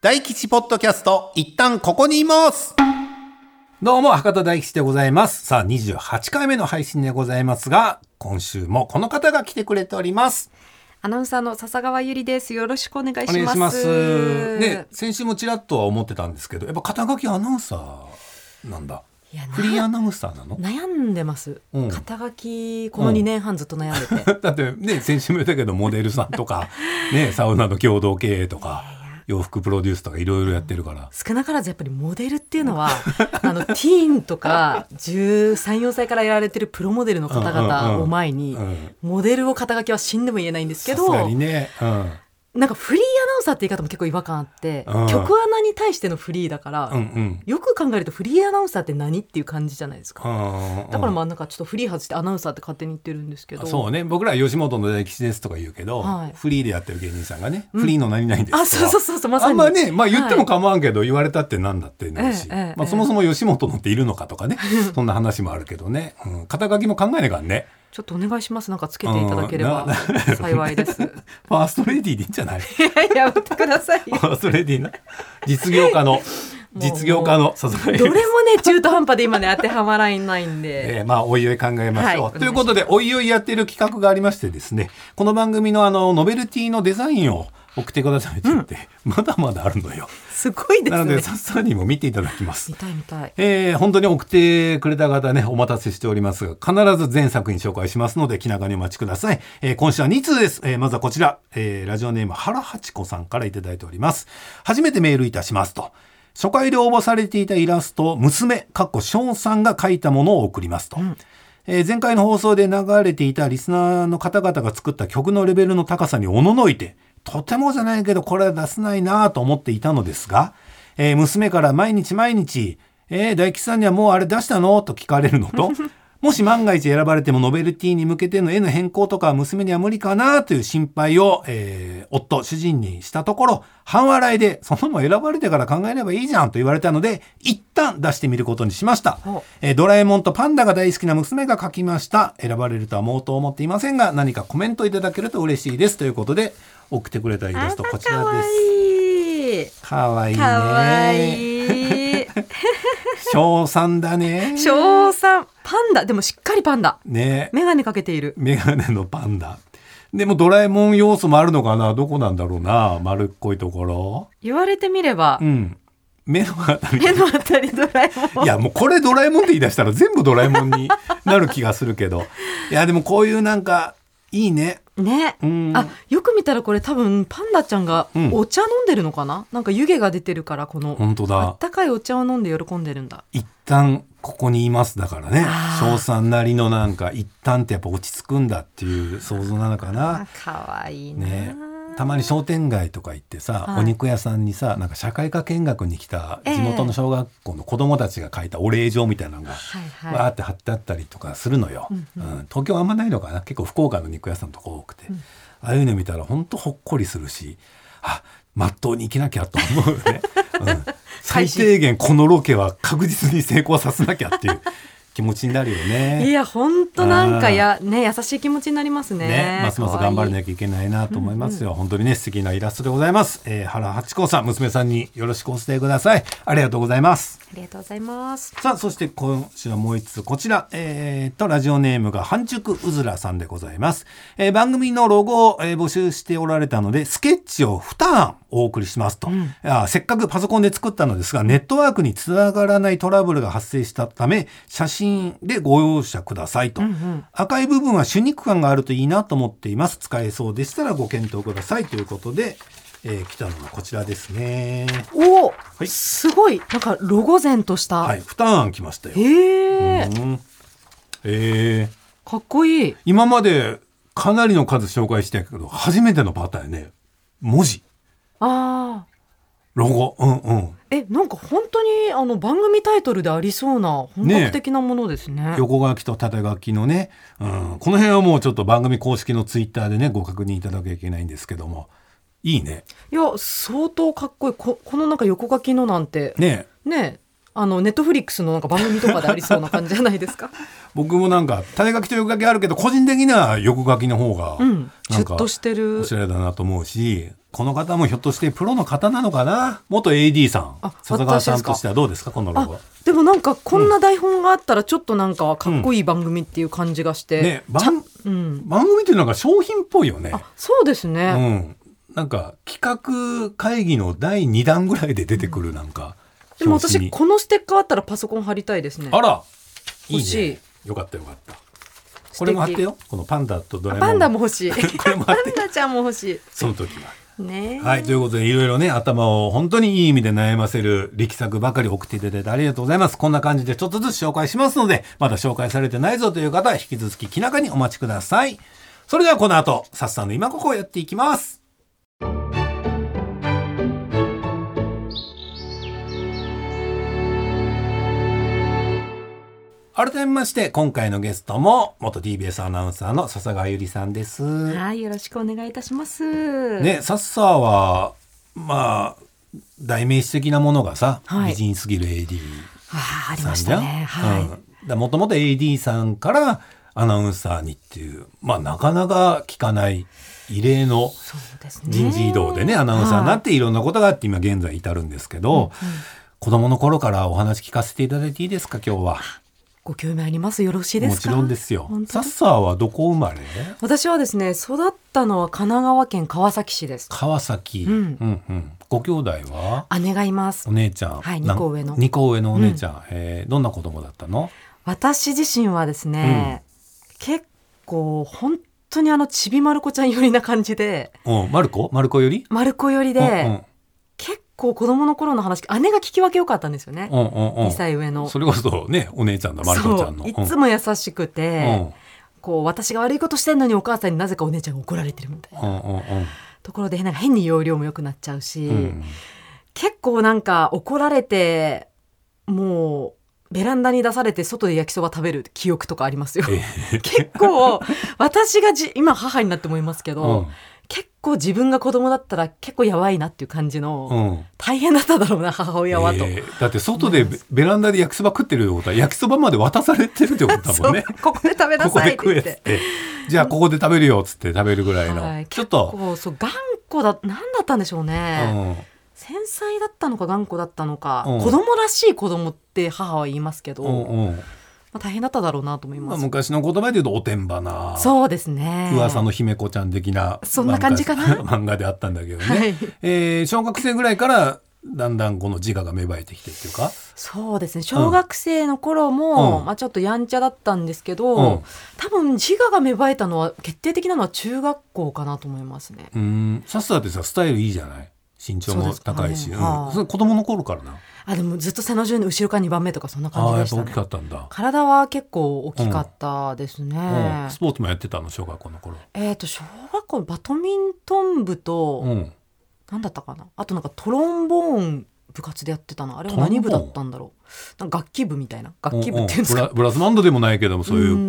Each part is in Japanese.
大吉ポッドキャスト、一旦ここにいます。どうも、博多大吉でございます。さあ、28回目の配信でございますが、今週もこの方が来てくれております。 アナウンサーの笹川ゆりです。よろしくお願いします。 お願いします。ね、先週もちらっとは思ってたんですけど、やっぱ肩書きアナウンサーなんだ。 いや、 フリーアナウンサーなの？ 悩んでます、肩書きこの2年半ずっと悩んでて、 だってね、先週も言ったけどモデルさんとか、ね、サウナの共同経営とか洋服プロデュースとかいろいろやってるから、 少なからずやっぱりモデルっていうのはティーンとか13、14歳からやられてるプロモデルの方々を前に、モデルを肩書きは死んでも言えないんですけど、 さすがにね、 なんかフリーアナウンサーって言い方も結構違和感あって、局アナに対してのフリーだから、よく考えるとフリーアナウンサーって何っていう感じじゃないですか。だからまあなんかちょっとフリー外してアナウンサーって勝手に言ってるんですけど、 そうね、僕らは吉本の大吉ですとか言うけど、フリーでやってる芸人さんがね、フリーの何々ですとか、 そうまさにあんまね、まあ言っても構わんけど、言われたってなんだってなるし、まあ、そもそも吉本のっているのかとかね、そんな話もあるけどね、肩書きも考えないからね。 ちょっとお願いします。なんかつけていただければ幸いです。ファーストレディーでいいんじゃない？ やめてくださいよ。 ファーストレディーな実業家のさすがにどれもね中途半端で今ね当てはまらないんで、 まあおいおい考えましょう、ということでおいおいやっている企画がありましてですね、この番組のノベルティのデザインを送ってくださいって言って、まだまだあるのよ。 すごいですね。 なのでさっさにも見ていただきます。 見たい。 本当に送ってくれた方ね、お待たせしておりますが、必ず全作品紹介しますので気長にお待ちください。今週は2通です。まずはこちら、ラジオネーム原八子さんからいただいております。初めてメールいたしますと、初回で応募されていたイラストを娘翔さんが描いたものを送りますと、前回の放送で流れていたリスナーの方々が作った曲のレベルの高さにおののいて、とてもじゃないけどこれは出せないなと思っていたのですが、娘から毎日大吉さんにはもうあれ出したのと聞かれるのともし万が一選ばれてもノベルティに向けての絵の変更とか娘には無理かなという心配を、主人にしたところ、半笑いでそんなもん選ばれてから考えればいいじゃんと言われたので、一旦出してみることにしました。ドラえもんとパンダが大好きな娘が描きました。選ばれるとはもうと思っていませんが、何かコメントいただけると嬉しいですということで送ってくれたイラストこちらです。かわいいね。 かわいい。 翔さんだね。 翔さんパンダ、でもしっかりパンダね。 メガネかけている。 メガネのパンダでもドラえもん要素もあるのかな。どこなんだろうな、丸っこいところ。 言われてみれば、 目のあたりドラえもん。 いやもうこれドラえもんって言い出したら全部ドラえもんになる気がするけどいやでもこういうなんかいいね。 よく見たらこれ多分パンダちゃんがお茶飲んでるのかな、なんか湯気が出てるから、この本当だ、 あったかいお茶を飲んで喜んでるんだ。 一旦ここにいますだからね。翔さんなりのなんか一旦ってやっぱ落ち着くんだっていう想像なのかな。 かわいいな、 ね。たまに商店街とか行ってさ、お肉屋さんにさ、なんか社会科見学に来た地元の小学校の子供たちが書いたお礼状みたいなのがわーって貼ってあったりとかするのよ。東京あんまないのかな。結構福岡の肉屋さんとか多くて、ああいうの見たら本当ほっこりするし、まっとうに生きなきゃと思うね。最低限このロケは確実に成功させなきゃっていう気持ちになるよね。 いや本当なんか優しい気持ちになります ね。 ますます頑張らなきゃいけないなと思いますよ。本当にね、素敵なイラストでございます。原八子さん、娘さんによろしくお伝えください。ありがとうございます。 ありがとうございます。 さあ、そして今週はもう一つこちら、ラジオネームが半熟うずらさんでございます。番組のロゴを、募集しておられたのでスケッチを2ターンお送りしますと、せっかくパソコンで作ったのですがネットワークにつながらないトラブルが発生したため写真でご容赦くださいと、赤い部分は手肉感があるといいなと思っています。使えそうでしたらご検討くださいということで、来たのがこちらですね。 すごいなんかロゴ前とした、 2ターン来ましたよ。 かっこいい。 今までかなりの数紹介してたけど初めてのパターンやね。文字ロゴ、 なんか本当に番組タイトルでありそうな本格的なものですね。 横書きと縦書きのね、この辺はもうちょっと番組公式のツイッターでねご確認いただけいけないんですけども、いいね。 いや相当かっこいい。このなんか横書きのなんてねネットフリックスのなんか番組とかでありそうな感じじゃないですか。 僕もなんか縦書きと横書きあるけど個人的には横書きの方がシュッとしてるおしゃれだなと思うし、 この方もひょっとしてプロの方なのかな。元 AD さん、笹川さんとしてはどうですかこのロゴ。 でもなんかこんな台本があったらちょっとなんかかっこいい番組っていう感じがして、 ね、番組っていうのが商品っぽいよね。 そうですね、 なんか企画会議の第2弾ぐらいで出てくるなんか、 でも私このステッカーあったらパソコン貼りたいですね。 あらいい欲しい。 ね、よかったよかった。これも貼ってよ、このパンダとドラえもん。 パンダも欲しいこれも貼ってパンダちゃんも欲しい、 その時はね。 はい、ということでいろいろね頭を本当にいい意味で悩ませる力作ばかり送っていただいてありがとうございます。こんな感じでちょっとずつ紹介しますので、まだ紹介されてないぞという方は引き続き気長にお待ちください。それではこの後さっさんの今ここをやっていきます。改めまして今回のゲストも元 TBS アナウンサーの笹川ゆりさんです。 はい、よろしくお願いいたしますね。サッサーはまあ代名詞的なものがさ、美人すぎる AD ありましたね。 もともと AD さんからアナウンサーにっていう、なかなか聞かない異例の人事異動でね、アナウンサーになっていろんなことがあって今現在至るんですけど、子供の頃からお話聞かせていただいていいですか今日は。 ご興味あります？よろしいですか？ もちろんですよ。サッサーはどこ生まれ？ 私はですね、育ったのは神奈川県川崎市です。 川崎、ご兄弟は？ 姉がいます。 お姉ちゃん、 2個上の 2個上のお姉ちゃん、どんな子供だったの？ 私自身はですね、結構本当にちびまる子ちゃん寄りな感じで、 まる子寄り？ まる子寄りで、結構子供の頃の話、姉が聞き分け良かったんですよね。2歳上の。 それこそね、お姉ちゃんのまる子ちゃんの。 いつも優しくて、私が悪いことしてんのにお母さんになぜかお姉ちゃんが怒られてるみたいなところで、なんか変に容量も良くなっちゃうし、結構なんか怒られてもうベランダに出されて外で焼きそば食べる記憶とかありますよ。結構私が今母になって思いますけど、結構自分が子供だったら結構やばいなっていう感じの、大変だっただろうな母親はと、 だって外でベランダで焼きそば食ってるってことは焼きそばまで渡されてるってことだもんね。 ここで食べなさいって言ってじゃあここで食べるよっつって食べるぐらいの、ちょっと結構頑固だ、何だったんでしょうね、繊細だったのか頑固だったのか、子供らしい子供って母は言いますけど、大変だっただろうなと思います。 昔の言葉で言うとおてんばな、 そうですね、 噂の姫子ちゃん的なそんな感じかな漫画であったんだけどね、小学生ぐらいからだんだんこの自我が芽生えてきてっていうか。 そうですね、小学生の頃も、ちょっとやんちゃだったんですけど、多分自我が芽生えたのは決定的なのは中学校かなと思いますね。 サッサーってさスタイルいいじゃない、身長も高いし、それ子供の頃からな。 でもずっと背の順後ろから2番目とかそんな感じでしたね。 やっぱ大きかったんだ。 体は結構大きかったですね。 スポーツもやってたの小学校の頃？ 小学校バドミントン部と、何だったかな、あとなんかトロンボーン部活でやってたの、あれは何部だったんだろう、なんか楽器部みたいな、楽器部っていうんですか、 ブラスバンドでもないけどもそういう、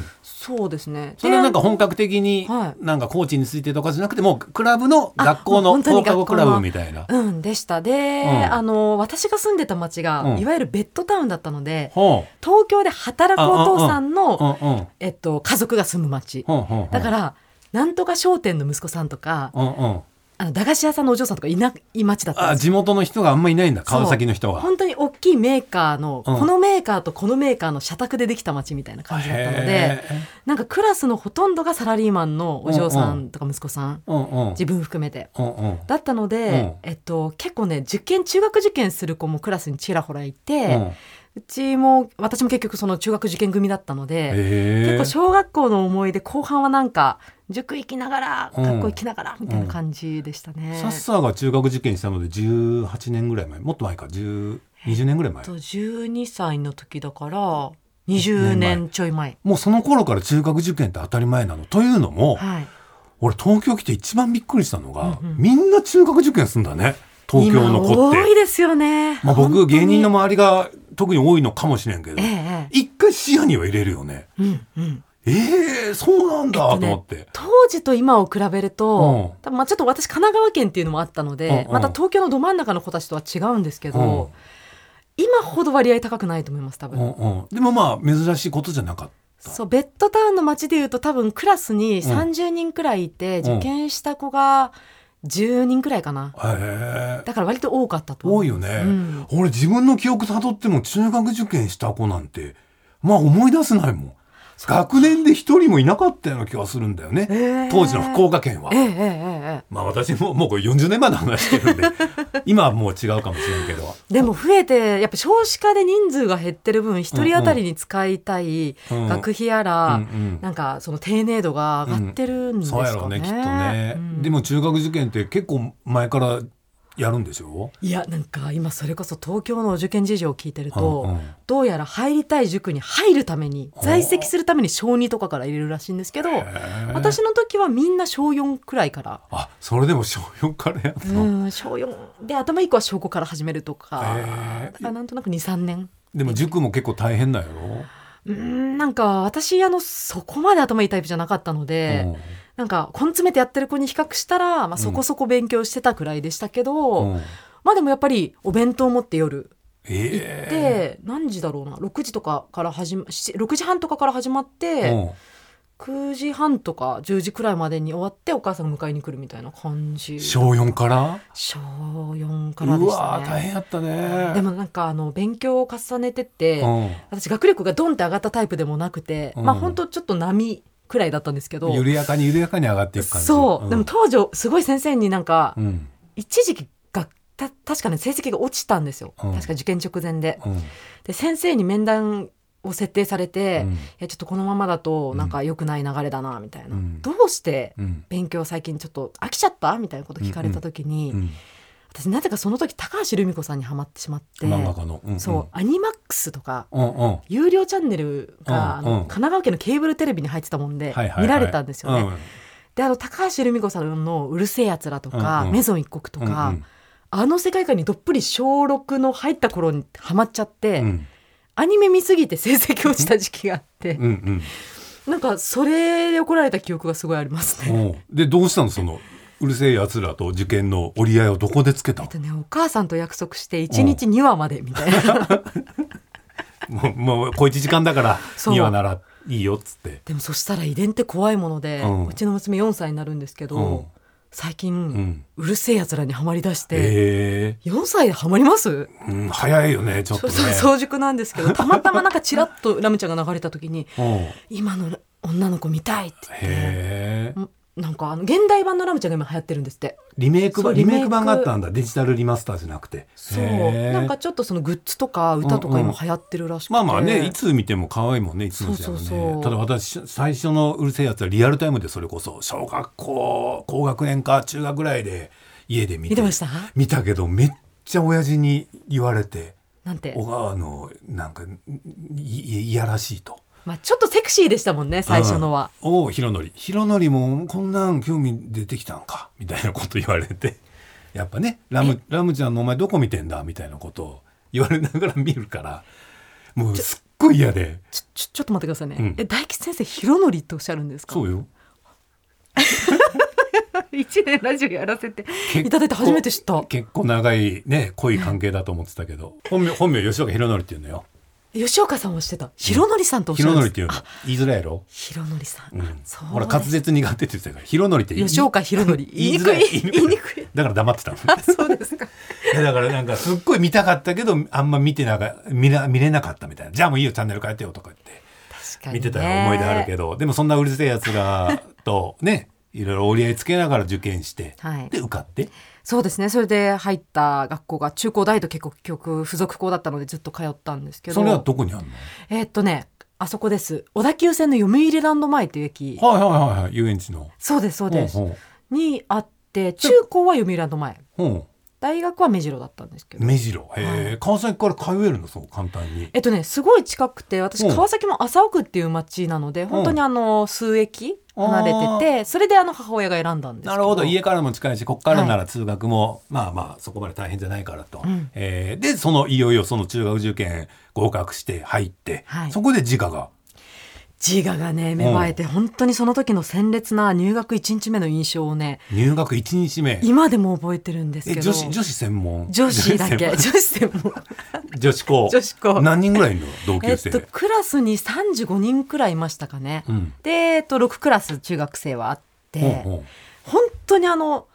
そうですね。 それはなんか本格的になんかコーチについてとかじゃなくてもクラブの学校の放課後クラブみたいな、 でしたで、私が住んでた町が、いわゆるベッドタウンだったので、東京で働くお父さんの、家族が住む町、だからなんとか商店の息子さんとか、駄菓子屋さんのお嬢さんとかいない町だったんです。 地元の人があんまりいないんだ、川崎の人は。 本当に大きいメーカーの、このメーカーとこのメーカーの社宅でできた町みたいな感じだったので、なんかクラスのほとんどがサラリーマンのお嬢さんとか息子さん、自分含めて、だったので、結構ね中学受験する子もクラスにちらほらいて、私も結局その中学受験組だったので、結構小学校の思い出後半はなんか塾行きながら学校行きながらみたいな感じでしたね。 サッサーが中学受験したので18年ぐらい前、もっと前か、20年ぐらい前。 12歳の時だから20年ちょい前。 もうその頃から中学受験って当たり前なの。というのも、俺東京来て一番びっくりしたのが、みんな中学受験するんだね、東京の子って。 今多いですよね。 僕芸人の周りが特に多いのかもしれんけど、一回視野には入れるよね。そうなんだと思って、 当時と今を比べると、多分ちょっと私神奈川県っていうのもあったので、また東京のど真ん中の子たちとは違うんですけど、今ほど割合高くないと思います多分。 でも珍しいことじゃなかった。 そう、ベッドタウンの街でいうと多分クラスに30人くらいいて、受験した子が 10人くらいかな。だから割と多かったと思う。 多いよね、俺自分の記憶たどっても中学受験した子なんてまあ思い出せないもん。学年で一人もいなかったような気がするんだよね、当時の福岡県は、まあ私ももうこれ40年前の話してるんで今はもう違うかもしれんけど、 でも増えてやっぱ少子化で人数が減ってる分一人当たりに使いたい学費やら、なんかその丁寧度が上がってるんですかね、 そうやろうねきっとね、でも中学受験って結構前からやるんでしょ。 いやなんか今それこそ東京の受験事情を聞いてると、どうやら入りたい塾に入るために在籍するために小2とかから入れるらしいんですけど、私の時はみんな小4くらいから。 あ、それでも小4からやるの。 小4で頭以降は小5から始めるとか、だからなんとなく 2,3 年。 でも塾も結構大変だよ。 なんか私そこまで頭いいタイプじゃなかったので、なんか根詰めてやってる子に比較したら、まあ、そこそこ勉強してたくらいでしたけど、まあでもやっぱりお弁当を持って夜行って、何時だろうな、6時とかから6時半とかから始まって、9時半とか10時くらいまでに終わってお母さんが迎えに来るみたいな感じ。 小4から？小 4からでしたね。 うわ大変やったね。 でもなんか勉強を重ねてって、私学力がドンって上がったタイプでもなくて、まあ本当ちょっと波くらいだったんですけど、 緩やかに上がっていく感じ。 そう、でも当時すごい先生になんか、一時期確かね成績が落ちたんですよ、確か受験直前で、で先生に面談を設定されて、いやちょっとこのままだとなんか良くない流れだなみたいな、どうして勉強最近ちょっと飽きちゃったみたいなこと聞かれた時に、私なぜかその時高橋留美子さんにハマってしまって、漫画家の、そうアニマックスとか、有料チャンネルが、神奈川県のケーブルテレビに入ってたもんで、見られたんですよね、で高橋留美子さんのうるせえやつらとか、メゾン一国とか、世界観にどっぷり小6の入った頃にハマっちゃって、アニメ見すぎて成績落ちた時期があってなんかそれで怒られた記憶がすごいありますね。 でどうしたの、そのうるせえやつらと受験の折り合いをどこでつけた？ お母さんと約束して1日2話までみたいなもう小1時間だから2話ならいいよっつって。 でもそしたら遺伝って怖いもので、うちの娘4歳になるんですけど、最近、うるせえやつらにはまりだして、4歳でハマります？ 早いよねちょっとね。 早熟なんですけど、たまたまなんかチラッとラムちゃんが流れた時に今の女の子見たいって言って、なんか現代版のラムちゃんが今流行ってるんですって。リメイク版があったんだ。デジタルリマスターじゃなくて。 そうなんかちょっとそのグッズとか歌とか今流行ってるらしくて、 まあまあね、いつ見ても可愛いもんね、いつの時代もね。ただ私最初のうるせえやつはリアルタイムで、それこそ小学校高学年か中学ぐらいで家で見てました。 見たけどめっちゃ親父に言われて、 なんてなんかいやらしいと。 まあ、ちょっとセクシーでしたもんね最初のは。 ひろのりもこんなん興味出てきたんかみたいなこと言われて、やっぱねラムちゃんのお前どこ見てんだみたいなことを言われながら見るから、もうすっごい嫌で。 ちょっと待ってくださいね、大吉先生ひろのりっておっしゃるんですか？ そうよ 1年ラジオやらせていただいて初めて知った。 結構長いね濃い関係だと思ってたけど、本名吉岡ひろのりっていうのよ。 吉岡さんをしてた。ひろのりさんとおっしゃるんです。 ひろのりっていうの言いづらいやろ。 ひろのりさん、 そうほら滑舌苦手って言ってたから、ひろのりって吉岡ひろのり言いにくいだから黙ってたの。 そうですか。 だからなんかすっごい見たかったけどあんま見れなかったみたいな。じゃあもういいよチャンネル変えてよとか言って見てた思い出あるけど、でもそんなうるせえやつらとねいろいろ折り合いつけながら受験して、で受かって。 そうですね。それで入った学校が中高大と結局付属校だったのでずっと通ったんですけど。 それはどこにあるの？あそこです。小田急線の読売ランド前という駅。 遊園地の。 そうですにあって、中高は読売ランド前、大学は目白だったんですけど。 目白、川崎から通えるの？そう簡単に。 すごい近くて、私川崎も麻生区っていう町なので、本当に数駅離れてて、それで母親が選んだんですけど。 なるほど。家からも近いし、こっからなら通学も、まあまあそこまで大変じゃないからと、でいよいよその中学受験合格して入って、そこで自我がね芽生えて、本当にその時の鮮烈な入学1日目の印象をね、 入学1日目今でも覚えてるんですけど。 女子専門？ 女子だけ。女子専門女子校何人ぐらいの同級生？ クラスに35人くらいいましたかね、で、6クラス中学生はあって、本当に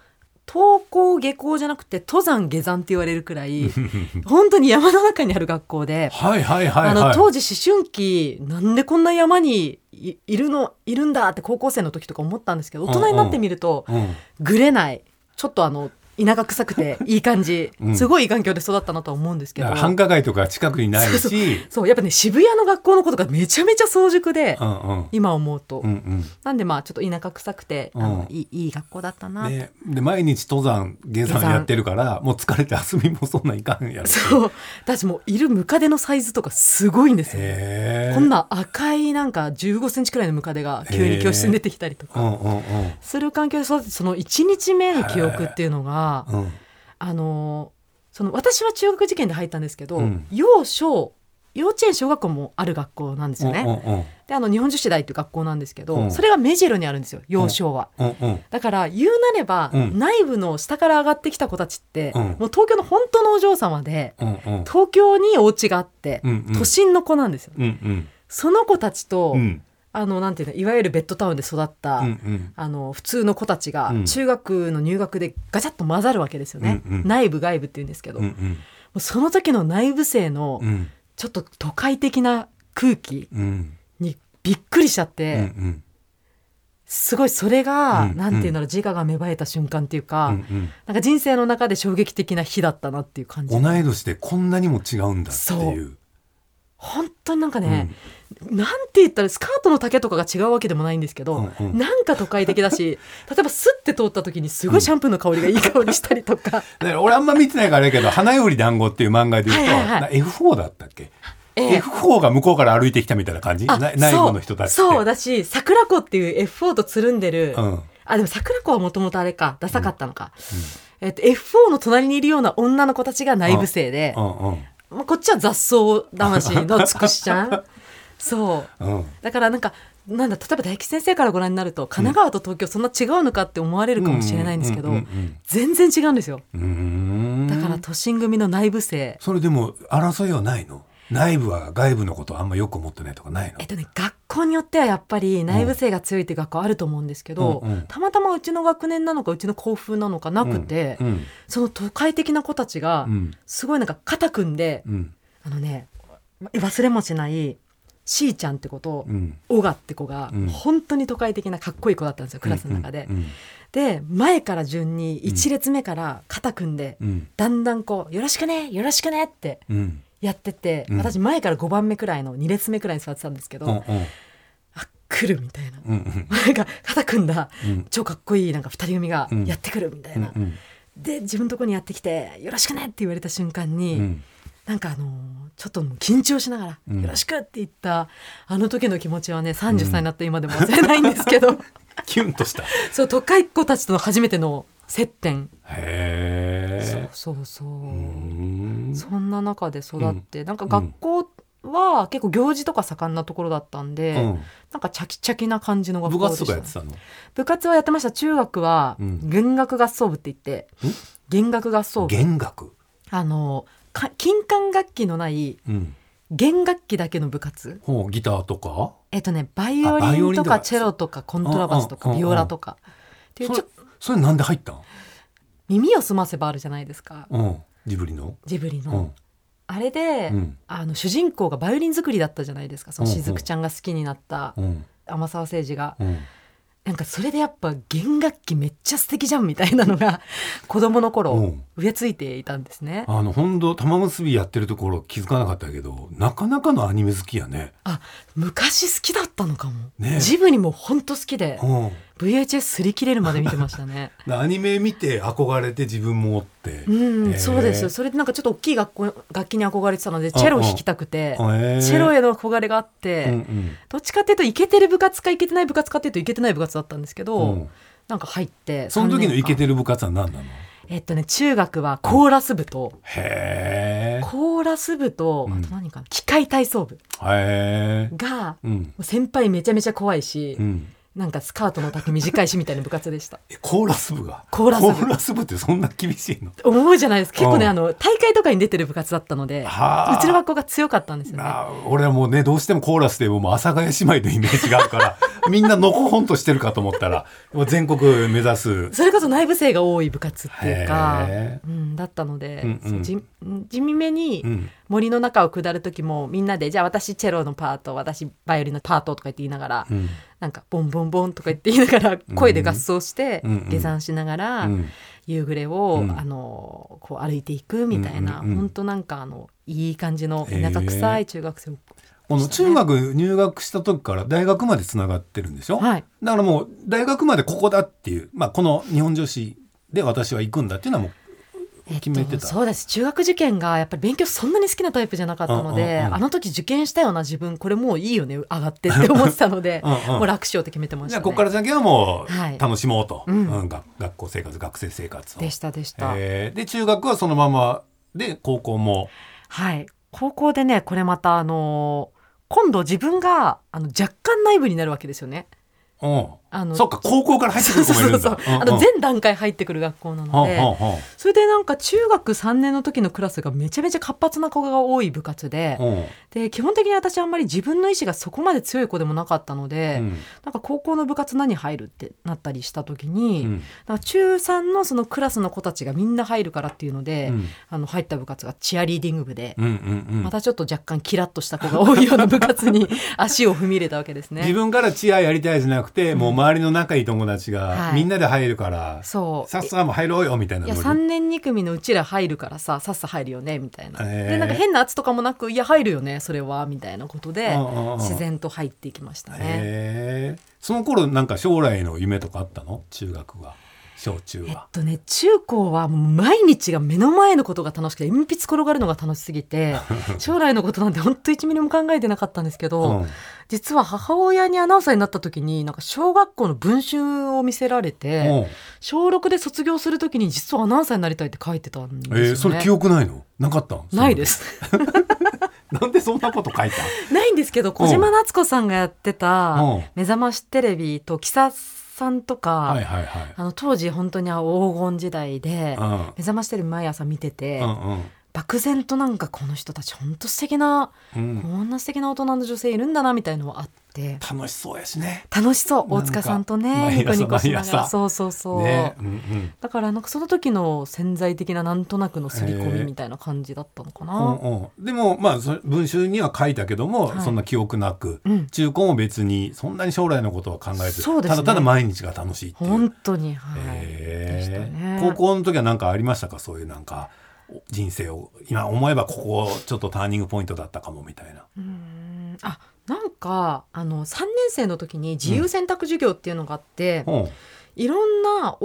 登校下校じゃなくて登山下山って言われるくらい本当に山の中にある学校で、 はいはいはいはい、 当時思春期なんでこんな山にいるんだって高校生の時とか思ったんですけど、大人になってみると、ぐれない、ちょっと田舎臭くていい感じ、すごいいい環境で育ったなとは思うんですけど、 繁華街とか近くにないし、 そうやっぱね、渋谷の学校の子とかめちゃめちゃ早熟で、今思うと、なんでちょっと田舎臭くていい学校だったな、 で毎日登山下山やってるからもう疲れて遊びもそんないかんやろ。 そう、私もういるムカデのサイズとかすごいんですよ、こんな赤いなんか15センチくらいのムカデが急に教室に出てきたりとかする環境で育って、その1日目の記憶っていうのが、その私は中学受験で入ったんですけど、幼稚園小学校もある学校なんですよね、で日本女子大っていう学校なんですけど、それが目白にあるんですよ、幼少は、だから言うなれば、内部の下から上がってきた子たちって、もう東京の本当のお嬢様で、東京にお家があって、都心の子なんですよ、その子たちと、なんていうの、いわゆるベッドタウンで育った、普通の子たちが中学の入学でガチャッと混ざるわけですよね、内部外部っていうんですけど、もうその時の内部生のちょっと都会的な空気にびっくりしちゃって、すごいそれが、なんていうんだろう、自我が芽生えた瞬間っていうか、なんか人生の中で衝撃的な日だったなっていう感じ。 同い年でこんなにも違うんだっていう。 本当になんかね、なんて言ったらスカートの丈とかが違うわけでもないんですけど、なんか都会的だし、例えばスッて通った時にすごいシャンプーの香りがいい香りしたりとか、 俺あんま見てないからあれだけど、花より団子っていう漫画で言うと、F4 だったっけ、F4 が向こうから歩いてきたみたいな感じ、内部の人たちって。 そうだし、桜子っていう F4 とつるんでる、でも桜子はもともとあれか、ダサかったのか、F4 の隣にいるような女の子たちが内部生で、こっちは雑草魂のつくしちゃんそう、だからなんだ、例えば大吉先生からご覧になると、神奈川と東京そんな違うのかって思われるかもしれないんですけど、全然違うんですよ。だから都心組の内部生。 それでも争いはないの？内部は外部のことあんまよく思ってないとかないの？ 学校によってはやっぱり内部生が強いっていう学校あると思うんですけど、たまたまうちの学年なのかうちの校風なのかなくて、その都会的な子たちがすごいなんか肩組んで、忘れもしないしーちゃんって子とオガって子が本当に都会的なかっこいい子だったんですよ、クラスの中で。で前から順に1列目から肩組んで、だんだんこうよろしくねよろしくねってやってて、私前から5番目くらいの2列目くらいに座ってたんですけど、来るみたいな、なんか肩組んだ、超かっこいいなんか2人組がやってくるみたいな、で自分のとこにやってきてよろしくねって言われた瞬間に、なんかちょっと緊張しながら、よろしくって言ったあの時の気持ちはね、30歳になった今でも忘れないんですけど、 キュンとした。 そう都会っ子たちとの初めての接点。そう、そんな中で育って、なんか学校は結構行事とか盛んなところだったんで、なんかチャキチャキな感じの学校でした。 部活とかやってたの？ 部活はやってました。中学は弦楽合奏部って言って、弦楽合奏部、 弦楽、 金管楽器のない弦楽器だけの部活、 ギターとかバイオリンとかチェロとかコントラバスとかビオラとかっていう、 それなんで入ったん？ 耳をすませばあるじゃないですか、 ジブリの、あれで、主人公がバイオリン作りだったじゃないですか、そのしずくちゃんが好きになった天沢誠二が、なんかそれでやっぱ弦楽器めっちゃ素敵じゃんみたいなのが子供の頃植え付いていたんですね。 本当玉結びやってるところ気づかなかったけど、なかなかのアニメ好きやね。 昔好きだったのかも、 ね、 ジブリも本当好きで、VHS 擦り切れるまで見てましたねアニメ見て憧れて自分もおって、 そうです。それでなんかちょっと大きい楽器に憧れてたのでチェロ弾きたくて、チェロへの憧れがあって、どっちかっていうとイケてる部活かイケてない部活かっていうとイケてない部活だったんですけど、なんか入って。 その時のイケてる部活は何なの？ 中学はコーラス部と、コーラス部と、あと何かな、機械体操部が、先輩めちゃめちゃ怖いし、 なんかスカートの丈短いしみたいな部活でした。 コーラス部がコーラス部ってそんな厳しいの？ 思うじゃないですか。結構ね大会とかに出てる部活だったので、うちの学校が強かったんですよね。 俺はもうねどうしてもコーラスでもう阿佐ヶ谷姉妹のイメージがあるからみんなのほほんとしてるかと思ったら全国目指す、 それこそ内部生が多い部活っていうか、だったので、地味めに森の中を下る時もみんなでじゃあ私チェロのパート私バイオリンのパートとか言って言いながら、なんかボンボンボンとか言って言いながら声で合奏して下山しながら夕暮れをこう歩いていくみたいな、本当なんかいい感じの田舎臭い中学生を、 この中学入学した時から大学までつながってるんでしょ、だからもう大学までここだっていう、この日本女子で私は行くんだっていうのはもう決めてた。 そうです。中学受験がやっぱり勉強そんなに好きなタイプじゃなかったので、あの時受験したような自分これもういいよね上がってって思ってたのでもう楽勝って決めてましたね。 じゃあここから先はもう楽しもうと、学校生活学生生活をでした。 で中学はそのままで高校も高校でねこれまた今度自分が若干内部になるわけですよね。 そっか高校から入ってくる子もいるんだ。 全段階入ってくる学校なので、それでなんか中学3年の時のクラスがめちゃめちゃ活発な子が多い部活で、基本的に私あんまり自分の意思がそこまで強い子でもなかったので、なんか高校の部活何入るってなったりした時に、なんか中3のそのクラスの子たちがみんな入るからっていうので、入った部活がチアリーディング部で、またちょっと若干キラッとした子が多いような部活に足を踏み入れたわけですね。 自分からチアやりたいじゃなくて、もう周りの仲いい友達がみんなで入るから、さっさも入ろうよみたいな。 いや3年2組のうちら入るからさっさ入るよねみたいな、でなんか変な圧とかもなくいや入るよねそれはみたいなことで自然と入っていきましたね。 その頃なんか将来の夢とかあったの？中学は小中は。 中高はもう毎日が目の前のことが楽しくて鉛筆転がるのが楽しすぎて将来のことなんて本当1ミリも考えてなかったんですけど、実は母親にアナウンサーになった時になんか小学校の文集を見せられて、小6で卒業する時に実はアナウンサーになりたいって書いてたんですよね。 それ記憶ないの？なかった？ ないですなんでそんなこと書いた？ ないんですけど小島夏子さんがやってた目覚ましテレビとキサさんとか、当時本当に黄金時代で、目覚ましテレビ毎朝見てて、漠然となんかこの人たち本当素敵な、こんな素敵な大人の女性いるんだなみたいのはあって、 楽しそうやしね。 楽しそう。大塚さんとねニコニコしながら、そう、だからなんかその時の潜在的ななんとなくの刷り込みみたいな感じだったのかな。 でも文集には書いたけども、そんな記憶なく、中高も別にそんなに将来のことは考えず、ただただ毎日が楽しいっていう。 本当にでしたね。 高校の時は何かありましたか？そういうなんか人生を今思えばここちょっとターニングポイントだったかもみたいな。 なんか3年生の時に自由選択授業っていうのがあって、いろんな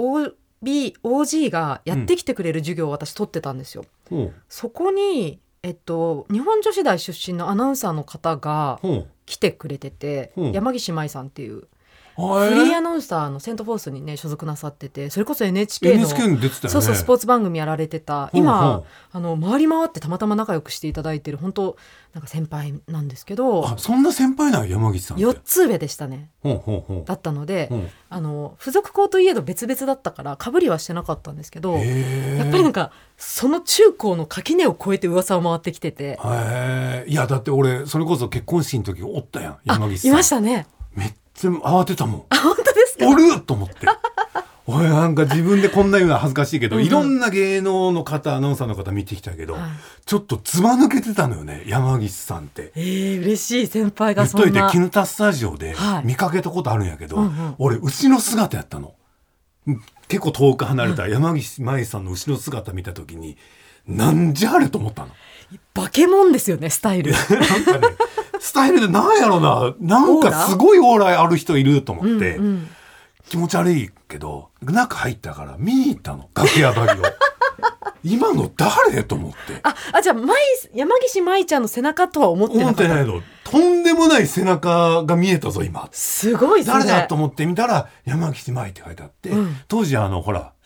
OG がやってきてくれる授業を私取ってたんですよ。そこに、日本女子大出身のアナウンサーの方が来てくれてて、山岸舞さんっていうフリーアナウンサーのセントフォースにね所属なさってて、それこそ NHK のに出てたよね。 スポーツ番組やられてた、今回り回ってたまたま仲良くしていただいてる本当なんか先輩なんですけど。 そんな先輩なの？山岸さんって 4つ上でしたね。だったので、付属校といえど別々だったから被りはしてなかったんですけど、やっぱりなんかその中高の垣根を越えて噂を回ってきてて、 いやだって俺それこそ結婚式の時おったやん、山岸さん。 いましたね。 めっちゃ慌てたもん。 本当ですか？ おると思って俺なんか自分でこんな言うのは恥ずかしいけど、いろんな芸能の方アナウンサーの方見てきたけど、ちょっとつま抜けてたのよね山岸さんって。 嬉しい先輩がそんな。 言っといてキヌタスタジオで見かけたことあるんやけど、俺後ろ姿やったの。結構遠く離れた山岸舞さんの後ろ姿見た時になんじゃあれと思ったの。 バケモンですよねスタイル。 なんかねスタイルでなんやろな、なんかすごいオーラある人いると思って、気持ち悪いけど中入ったから見に行ったの、楽屋張りを。今の誰と思って。 じゃあ山岸舞ちゃんの背中とは思ってなかった。 思ってないの。とんでもない背中が見えたぞ今。 すごいですね。 誰だと思ってみたら山岸舞って書いてあって、当時ほら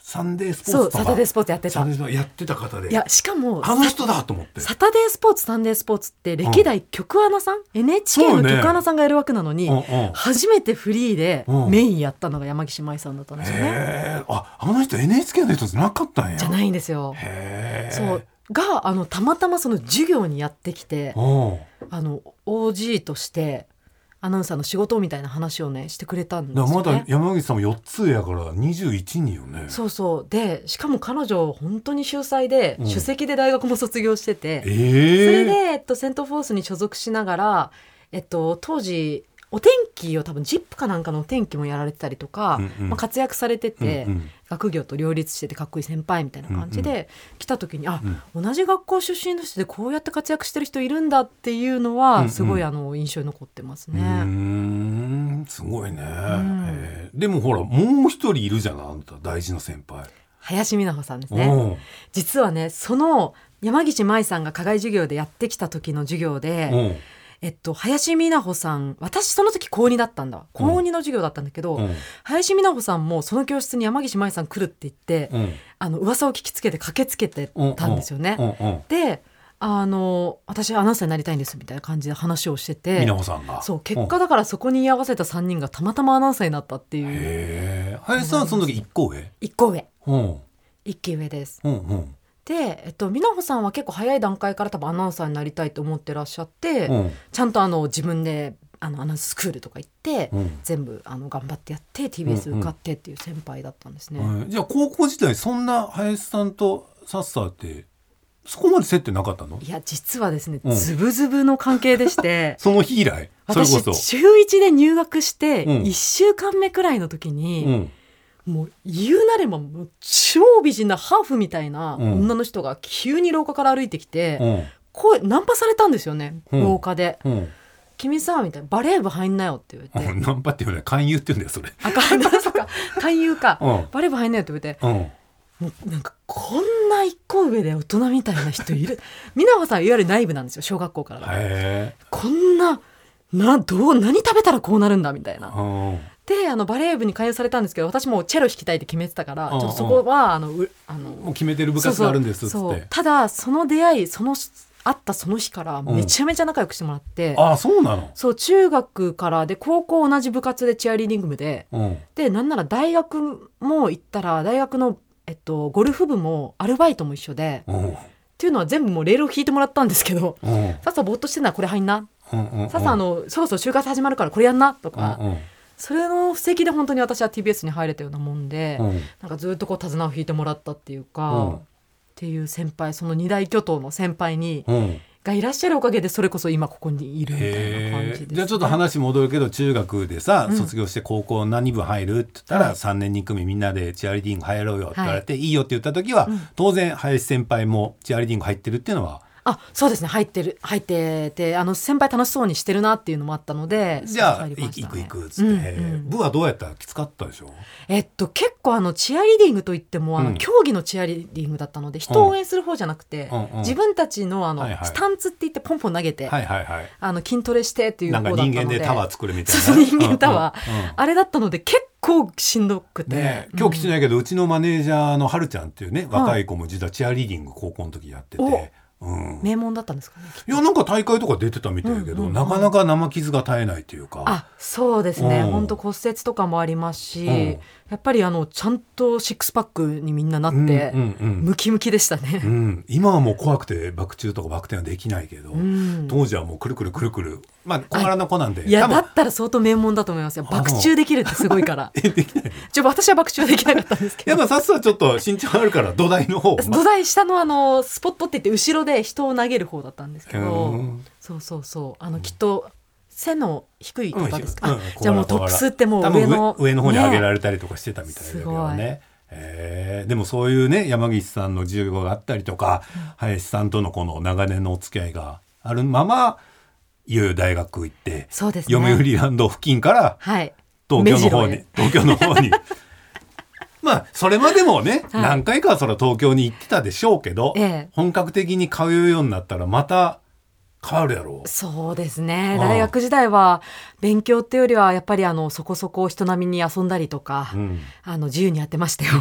サンデースポーツそうとかサタデースポーツやってた。 やってた方で、 いやしかもあの人だと思って、 サタデースポーツサンデースポーツって歴代局アナさん、NHK の局アナさんがやる枠なのに、初めてフリーでメインやったのが山岸舞さんだったんですよね。 あの人 NHK の人じゃなかったんや。 じゃないんですよ。そうがたまたまその授業にやってきて、OG としてアナウンサーの仕事みたいな話をねしてくれたんですよね。 まだ山口さんも4つやから21人よね。 そうそうでしかも彼女本当に秀才で、首席で大学も卒業してて、それで、セントフォースに所属しながら、当時お天気を多分 ZIP かなんかのお天気もやられてたりとか、活躍されてて、学業と両立しててかっこいい先輩みたいな感じで、来た時に同じ学校出身の人でこうやって活躍してる人いるんだっていうのはすごい印象に残ってますね。 すごいね。でもほらもう一人いるじゃない、あんた大事な先輩林美奈穂さんですね。実はねその山岸舞さんが課外授業でやってきた時の授業で、林美奈穂さん、私その時高2だったんだ、高2の授業だったんだけど、林美奈穂さんもその教室に山岸舞さん来るって言って、噂を聞きつけて駆けつけてたんですよね。で私アナウンサーになりたいんですみたいな感じで話をしてて、 美奈穂さんがそう結果だからそこに居合わせた3人がたまたまアナウンサーになったっていう。 林さんはその時1個上 1個上、1期上です。で、美奈穂さんは結構早い段階から多分アナウンサーになりたいと思ってらっしゃって、ちゃんと自分でアナウンススクールとか行って、全部頑張ってやって TBS 受かってっていう先輩だったんですね。 じゃあ高校時代そんな林さんとサッサーってそこまで接点なかったの？ いや実はですね、ズブズブの関係でしてその日以来それこそ私週1で入学して1週間目くらいの時に、もう言うなればもう超美人なハーフみたいな女の人が急に廊下から歩いてきて、声ナンパされたんですよね、廊下で。君さみたいなバレー部入んなよって言われて、 ナンパって言うね、勧誘って言うんだよそれ。 勧誘か、バレー部入んなよって言われて、もうなんかこんな一個上で大人みたいな人いる美奈穂さんいわゆる内部なんですよ小学校から。こんな何食べたらこうなるんだみたいな。でバレー部に通されたんですけど、私もチェロ弾きたいって決めてたから、ちょっとそこはもう決めてる部活があるんですっつって。 ただその出会い会ったその日からめちゃめちゃ仲良くしてもらって、 そうなの？ そう中学からで高校同じ部活でチアリーディング部で、でなんなら大学も行ったら大学のゴルフ部もアルバイトも一緒で、っていうのは全部もうレールを引いてもらったんですけど、さっさぼーっとしてんならこれ入んな、さっさそろそろ就活始まるからこれやんなとか、それの布石で本当に私は TBS に入れたようなもんで、なんかずっとこう手綱を引いてもらったっていうか、っていう先輩、その二大巨頭の先輩がいらっしゃるおかげでそれこそ今ここにいるみたいな感じですね。 じゃあちょっと話戻るけど、中学でさ、卒業して高校何部入るって言ったら、3年2組みんなでチアリーディング入ろうよって言われて、いいよって言った時は、当然林先輩もチアリーディング入ってるっていうのはそうですね、入ってて先輩楽しそうにしてるなっていうのもあったので、 じゃあ行くっつって、部はどうやった？きつかったでしょ？ 結構チアリーディングといっても競技のチアリーディングだったので、人を応援する方じゃなくて、自分たちのスタンツって言ってポンポン投げて、筋トレしてっていう方だったので、 なんか人間でタワー作るみたいな、 そう人間タワー、あれだったので結構しんどくて、 今日来てないけど、うちのマネージャーのはるちゃんっていうね、若い子も実はチアリーディング高校の時やってて、 名門だったんですかね。 いやなんか大会とか出てたみたいだけど、なかなか生傷が絶えないというか。 そうですね、本当骨折とかもありますし、やっぱりちゃんとシックスパックにみんななって、ムキムキでしたね。 今はもう怖くてバク宙とかバク転はできないけど、当時はもうくるくるくるくる、小柄な子なんで。 いやだったら相当名門だと思いますよ。バク宙できるってすごいから。 できない。 私はバク宙できなかったんですけど。 やっぱさっさちょっと身長あるから土台の方。 土台下のスポットって言って後ろで人を投げる方だったんですけど、そうきっと背の低い方ですか。じゃあもうトップスってもう上の方に上げられたりとかしてたみたいだけどね。でもそういうね、山岸さんの授業があったりとか、林さんとのこの長年のお付き合いがあるまま、いよいよ大学行って、読売ランド付近から東京の方にそれまでもね、何回かはそれは東京に行ってたでしょうけど、本格的に通うようになったらまた変わるやろ。 そうですね。大学時代は勉強っていうよりはやっぱりそこそこ人並みに遊んだりとか、自由にやってましたよ。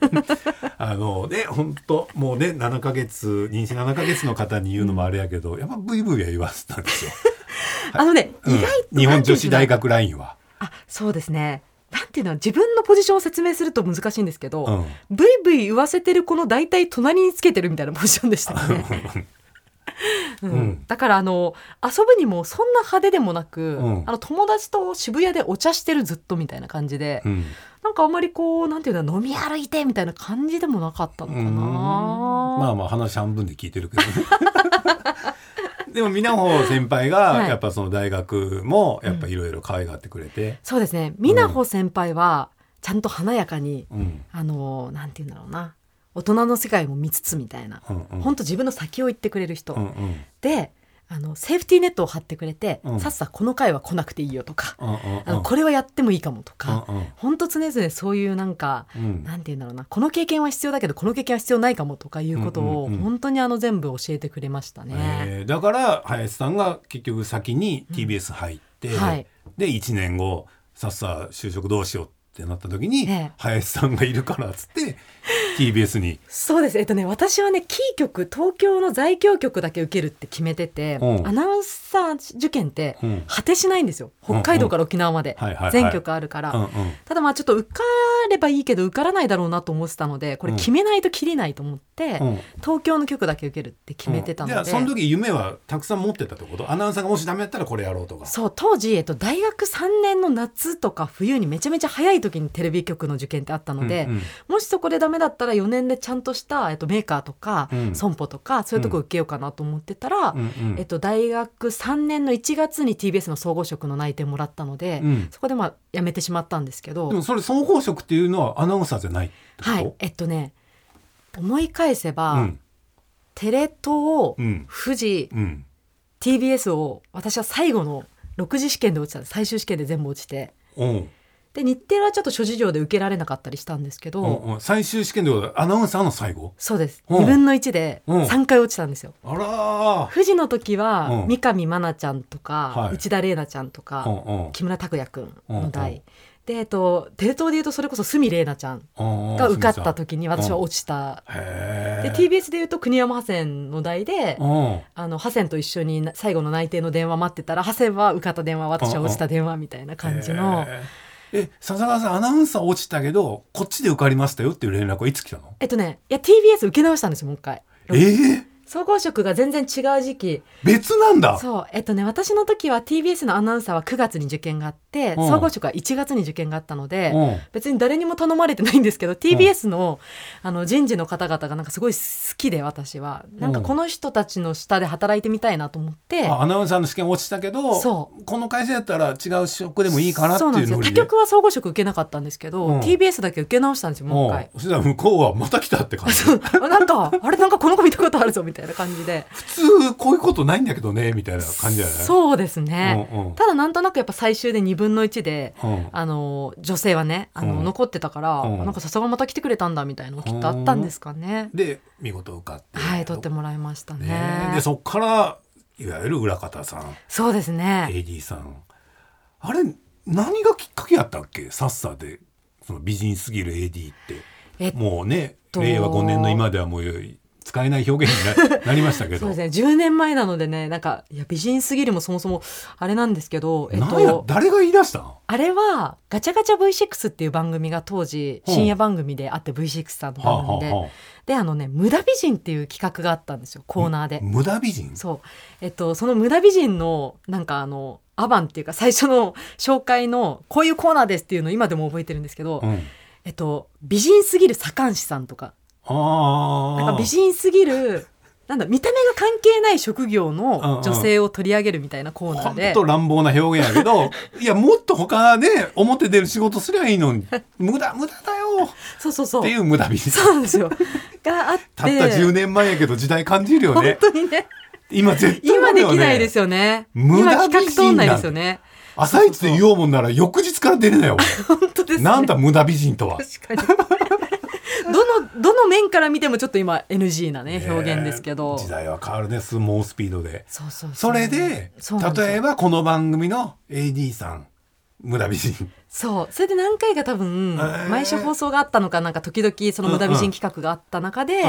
本当もうね妊娠7ヶ月の方に言うのもあれやけど、やっぱブイブイは言わせたんですよ。 意外と日本女子大学ラインは。 そうですね。なんていうの、自分のポジションを説明すると難しいんですけど、ブイブイ言わせてる子の大体隣につけてるみたいなポジションでしたね。だから遊ぶにもそんな派手でもなく、友達と渋谷でお茶してるずっとみたいな感じで、なんかあんまりなんていうの、飲み歩いてみたいな感じでもなかったのかな。 まあ話半分で聞いてるけどね。でも美奈穂先輩がやっぱその大学もやっぱいろいろ可愛がってくれて、 そうですね。美奈穂先輩はちゃんと華やかに、なんていうんだろうな、大人の世界も見つつみたいな、本当自分の先を言ってくれる人、でセーフティーネットを張ってくれて、さっさこの回は来なくていいよとか、これはやってもいいかもとか、本当常々そういうなんか、なんていうんだろうな、この経験は必要だけどこの経験は必要ないかもとかいうことを本当に全部教えてくれましたね。 だから林さんが結局先に TBS 入って、で1年後さっさ就職どうしようってなった時に、林さんがいるからっつって TBS に。 そうです。私はね、キー局、東京の在京局だけ受けるって決めてて、アナウンサー受験って果てしないんですよ。北海道から沖縄まで全局あるから。ただちょっと受かればいいけど受からないだろうなと思ってたので、これ決めないときりないと思って、東京の局だけ受けるって決めてたので。 じゃあその時夢はたくさん持ってたってこと？アナウンサーがもしダメやったらこれやろうとか。 そう、当時、大学3年の夏とか冬にめちゃめちゃ早い時にテレビ局の受験ってあったので、もしそこでダメだったら4年でちゃんとした、メーカーとか、損保とかそういうとこ受けようかなと思ってたら、大学3年の1月に TBS の総合職の内定もらったので、そこで辞めてしまったんですけど。 でもそれ総合職っていうのはアナウンサーじゃないってこと？ はい、思い返せば、テレ東、富士、TBS を私は最後の6次試験で落ちたんです。最終試験で全部落ちて、で日程はちょっと諸事情で受けられなかったりしたんですけど、 最終試験でアナウンサーの最後？ そうです。2分の1で3回落ちたんですよ。 あら富士の時は三上真奈ちゃんとか、内田玲奈ちゃんとか、木村拓哉くんの代で、テレ東でいうとそれこそ鷲見玲奈ちゃんが受かった時に私は落ちた。で TBS でいうと国山ハセンの代で、ハセンと一緒に最後の内定の電話待ってたら、ハセンは受かった電話、私は落ちた電話みたいな感じの。 笹川さん、アナウンサー落ちたけどこっちで受かりましたよっていう連絡はいつ来たの？ TBS 受け直したんですよ、もう一回。総合職が全然違う時期。 別なんだ。 そう。私の時は TBS のアナウンサーは9月に受験があって、総合職は1月に受験があったので、別に誰にも頼まれてないんですけど、TBS の、人事の方々がなんかすごい好きで、私は。なんかこの人たちの下で働いてみたいなと思って。 アナウンサーの試験落ちたけど、この会社やったら違う職でもいいかなっていうので。 そうなんですよ。他局は総合職受けなかったんですけど、TBS だけ受け直したんですよ、もう一回。 そしたら向こうはまた来たって感じ。 なんかこの子見たことあるぞみたいな感じで。 普通こういうことないんだけどねみたいな感じじゃない？ そうですね、ただなんとなくやっぱ最終で2分の1で、女性はね残ってたから、なんか笹がまた来てくれたんだみたいなのきっとあったんですかね。 で見事受かって、 取ってもらいましたね。 でそっからいわゆる裏方さん、 そうですね、 AD さん、あれ何がきっかけやったっけ？さっさでその美人すぎる AD って、もうね令和5年の今ではもう使えない表現に なりましたけどそうですね、10年前なのでね、なんか美人すぎるもそもそもあれなんですけど、 誰が言い出したの？ あれはガチャガチャ V6 っていう番組が当時深夜番組であって、V6 さんの番組で、無駄美人っていう企画があったんですよ、コーナーで。 無駄美人？ そう、その無駄美人のなんかアバンっていうか最初の紹介のこういうコーナーですっていうのを今でも覚えてるんですけど、美人すぎる左官師さんとか、なんか美人すぎる見た目が関係ない職業の女性を取り上げるみたいなコーナーで、 ほんと乱暴な表現やけどいやもっと他で表出る仕事すりゃいいのに無駄だよそうっていう無駄美人そうなんですよがあってたった10年前やけど時代感じるよね。 本当にね、 今絶対今できないですよね。今企画通んないですよね。 朝一で言おうもんなら翌日から出れないよ本当ですね。 なんだ無駄美人とは。 確かにどの面から見てもちょっと今 NG なね表現ですけど、 時代は変わるね、猛スピードで。 そうそれで例えばこの番組の AD さん無駄美人、 それで何回か多分毎週放送があったのか、なんか時々その無駄美人企画があった中で、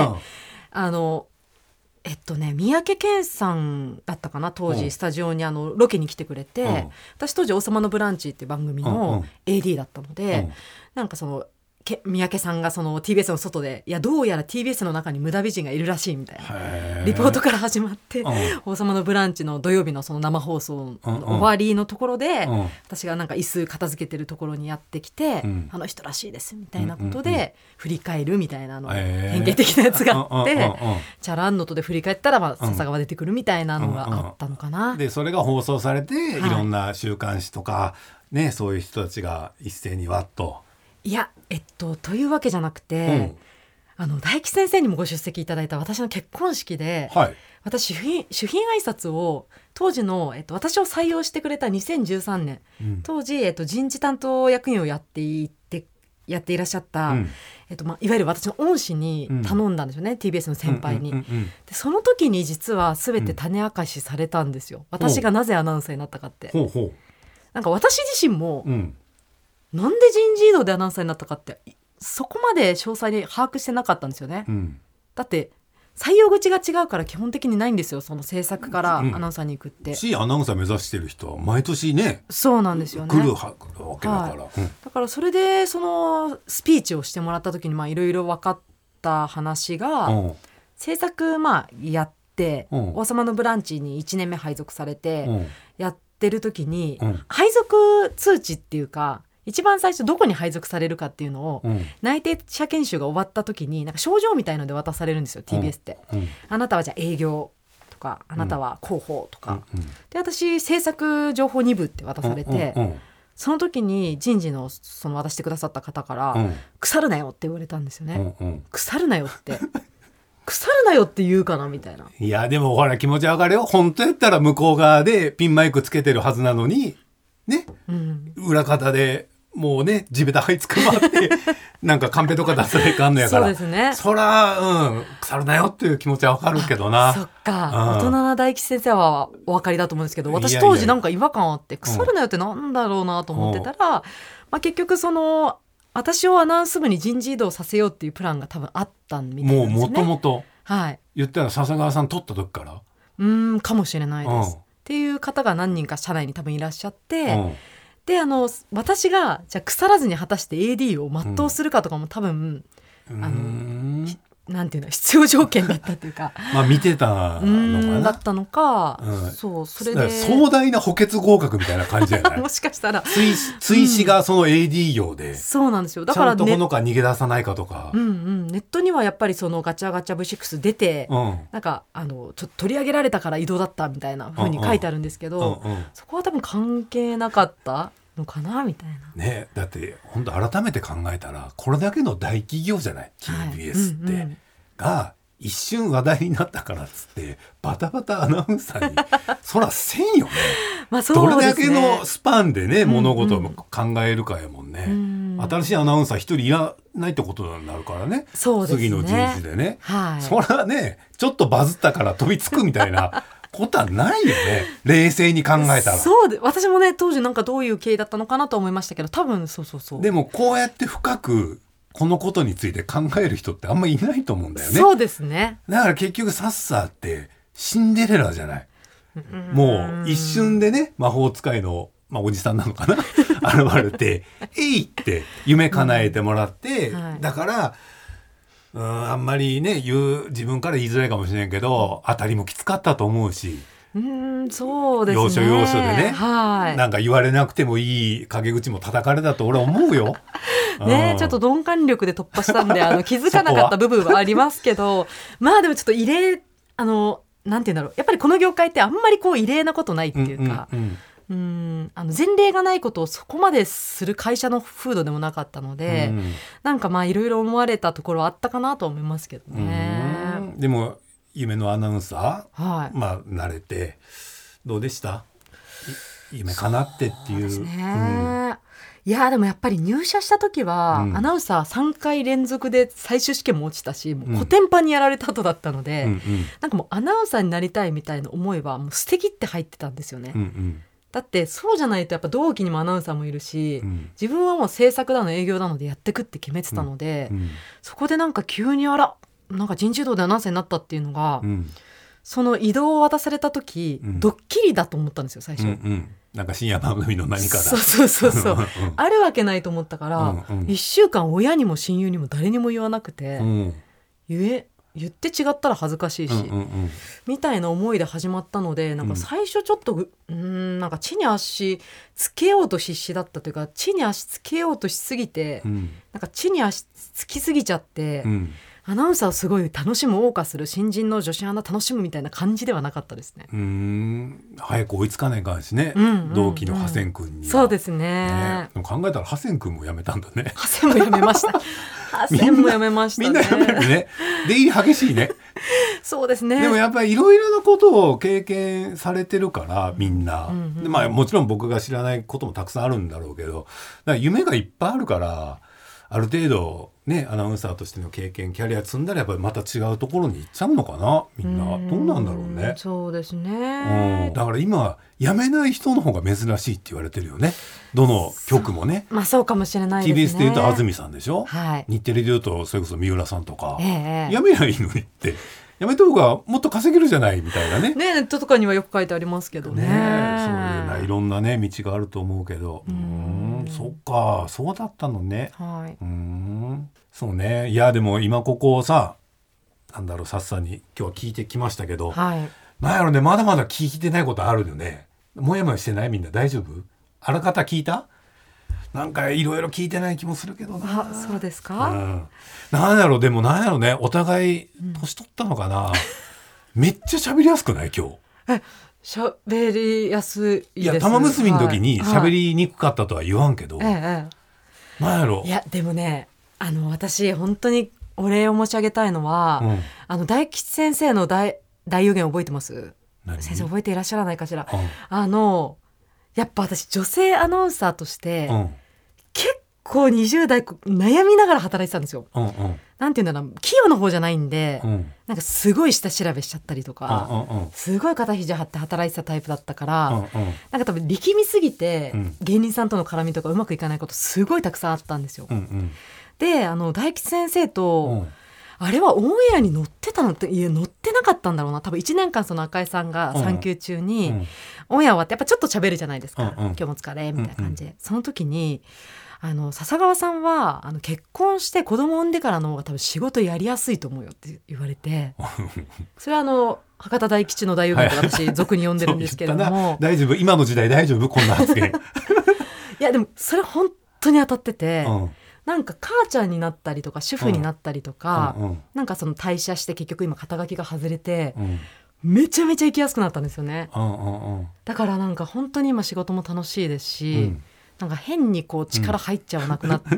三宅健さんだったかな、当時スタジオにロケに来てくれて、私当時「王様のブランチ」っていう番組の AD だったので、なんかその三宅さんがその TBS の外で、いやどうやら TBS の中に無駄美人がいるらしいみたいなリポートから始まって、王様のブランチの土曜日のその生放送の終わりのところで、私がなんか椅子片付けてるところにやってきて、あの人らしいですみたいなことで振り返るみたいなの、典型的なやつがあって、チャランノトで振り返ったら笹川出てくるみたいなのがあったのかな。 でそれが放送されて、いろんな週刊誌とかね、そういう人たちが一斉にわっと。 いや、というわけじゃなくて、大吉先生にもご出席いただいた私の結婚式で、私主賓挨拶を当時の、私を採用してくれた2013年、当時、人事担当役員をやっていらっしゃった、いわゆる私の恩師に頼んだんですよね、TBS の先輩に。でその時に実は全て種明かしされたんですよ、私がなぜアナウンサーになったかって。なんか私自身も、なんで人事異動でアナウンサーになったかってそこまで詳細に把握してなかったんですよね、だって採用口が違うから基本的にないんですよ、その制作からアナウンサーに行くって、 アナウンサー目指してる人は毎年ね、 そうなんですよね、 来るわけだから、 だからそれでそのスピーチをしてもらった時にいろいろ分かった話が、制作やって、王様のブランチに1年目配属されて、やってる時に、配属通知っていうか一番最初どこに配属されるかっていうのを、内定者研修が終わった時になんか賞状みたいので渡されるんですよ TBS って、あなたはじゃあ営業とか、あなたは広報とか、で私制作情報2部って渡されて、その時に人事のその渡してくださった方から、腐るなよって言われたんですよね、腐るなよって腐るなよって言うかなみたいな。 いやでもほら気持ち上がるよ、本当やったら向こう側でピンマイクつけてるはずなのにね、裏方でもうね地べた這いつくばってなんかカンペとか出さないかんのやから、 そうですね、 そら腐るなよっていう気持ちはわかるけどな。 そっか、大人な大吉先生はお分かりだと思うんですけど、私当時なんか違和感あって、腐るなよってなんだろうなと思ってたら、結局その私をアナウンス部に人事異動させようっていうプランが多分あったみたいなんですね。 もともと言ったら笹川さん取った時からかもしれないです、っていう方が何人か社内に多分いらっしゃって、で私がじゃあ腐らずに果たして AD を全うするかとかも多分、なんていうの必要条件だったというか見てたのかなだったのか、それで壮大な補欠合格みたいな感じじゃないもしかしたら追試がその AD 用で、 そうなんですよ、だから、 ちゃんとこのか逃げ出さないかとか、 ネットにはやっぱりそのガチャガチャ V6 出て、なんかちょっと取り上げられたから異動だったみたいな風に書いてあるんですけど、そこは多分関係なかったのかなみたいな、 ね、だって本当改めて考えたらこれだけの大企業じゃない TBS って、が一瞬話題になったからっつってバタバタアナウンサーにそらせんよねどれだけのスパンでね物事を考えるかやもんね、新しいアナウンサー一人いらないってことになるからね、次の人事でね、そらねちょっとバズったから飛びつくみたいなことはないよね冷静に考えたら。 そうで、私もね当時なんかどういう経緯だったのかなと思いましたけど、多分そうでもこうやって深くこのことについて考える人ってあんまりいないと思うんだよね。 そうですね。 だから結局サッサーってシンデレラじゃない。もう一瞬でね魔法使いの、おじさんなのかな現れてえいって夢叶えてもらって、だからあんまりね自分から言いづらいかもしれんけど当たりもきつかったと思うし、 そうですね、 要所要所でね、なんか言われなくてもいい陰口も叩かれたと俺は思うよね、ちょっと鈍感力で突破したんで気づかなかった部分はありますけどでもちょっと異例なんていうんだろう、やっぱりこの業界ってあんまり異例なことないっていうか、前例がないことをそこまでする会社の風土でもなかったので、なんかいろいろ思われたところはあったかなと思いますけどね。 でも夢のアナウンサー、慣れてどうでした？夢かなってっていう。 そうですね、 いやでもやっぱり入社した時は、アナウンサー3回連続で最終試験も落ちたし、もうコテンパンにやられた後だったので、なんかもうアナウンサーになりたいみたいな思いはもう捨てきって入ってたんですよね、だってそうじゃないとやっぱ同期にもアナウンサーもいるし、自分はもう制作だの営業だのでやってくって決めてたので、そこでなんか急になんか人事異動でアナウンサーになったっていうのが、その移動を渡された時、ドッキリだと思ったんですよ最初、 なんか深夜番組の何かだ、 そうあるわけないと思ったから、1週間親にも親友にも誰にも言わなくて、言って違ったら恥ずかしいし、みたいな思いで始まったので、なんか最初ちょっとなんか地に足つけようと必死だったというか、地に足つけようとしすぎて、なんか地に足つきすぎちゃって、アナウンサーをすごい楽しむ謳歌する新人の女子アナ楽しむみたいな感じではなかったですね。 早く追いつかない感じね、同期のハセン君には。 そうですね。 でも考えたらハセン君も辞めたんだね。 ハセンも辞めました。ハセンも辞めましたね。 みんな辞めるね。出入り激しいね。 そうですね。 でもやっぱりいろいろなことを経験されてるからみんな、でまあもちろん僕が知らないこともたくさんあるんだろうけど、だから夢がいっぱいあるから、ある程度ね、アナウンサーとしての経験キャリア積んだらやっぱりまた違うところに行っちゃうのかな、みんな。どうなんだろうね。 そうですね、 だから今辞めない人の方が珍しいって言われてるよね、どの局もね。 まあそうかもしれないですね。 TBS でいうと安住さんでしょ、日テレでいうとそれこそ三浦さんとか、辞めないいのにってやめた方がもっと稼げるじゃないみたいなね。 ネットとかにはよく書いてありますけどね。 そういうないろんなね道があると思うけど、そっか、そうだったのね。そうね。いやでも今ここさ、なんだろう、さっさに今日は聞いてきましたけど、なんやろね、まだまだ聞いてないことあるよね。もやもやしてない？みんな大丈夫？あらかた聞いた？なんかいろいろ聞いてない気もするけどな。 そうですか、 なんやろ、でもなんやろね、お互い年取ったのかな、めっちゃ喋りやすくない今日。 喋りやすいです。 いや玉結びの時に喋りにくかったとは言わんけど、なんやろ。 いやでもね、私本当にお礼を申し上げたいのは、大吉先生の大予言覚えてます？先生覚えていらっしゃらないかしら。やっぱ私女性アナウンサーとして、結構20代悩みながら働いてたんですよ。なんていうんだろう、器用な方じゃないんで、なんかすごい下調べしちゃったりとか、すごい肩肘張って働いてたタイプだったから、なんか多分力みすぎて、芸人さんとの絡みとかうまくいかないことすごいたくさんあったんですよ。で大吉先生と、あれはオンエアに載ってたのって、いや載ってなかったんだろうな。多分1年間その赤井さんが産休中に、オンエア終わってやっぱちょっと喋るじゃないですか、今日も疲れみたいな感じで、その時に笹川さんは結婚して子供産んでからの方が多分仕事やりやすいと思うよって言われてそれは博多大吉の大予言と私俗に呼んでるんですけれども大丈夫、今の時代大丈夫、こんな発言いやでもそれ本当に当たってて、なんか母ちゃんになったりとか主婦になったりとか、なんかその退社して結局今肩書きが外れて、めちゃめちゃ生きやすくなったんですよね。だからなんか本当に今仕事も楽しいですし、なんか変にこう力入っちゃわなくなって、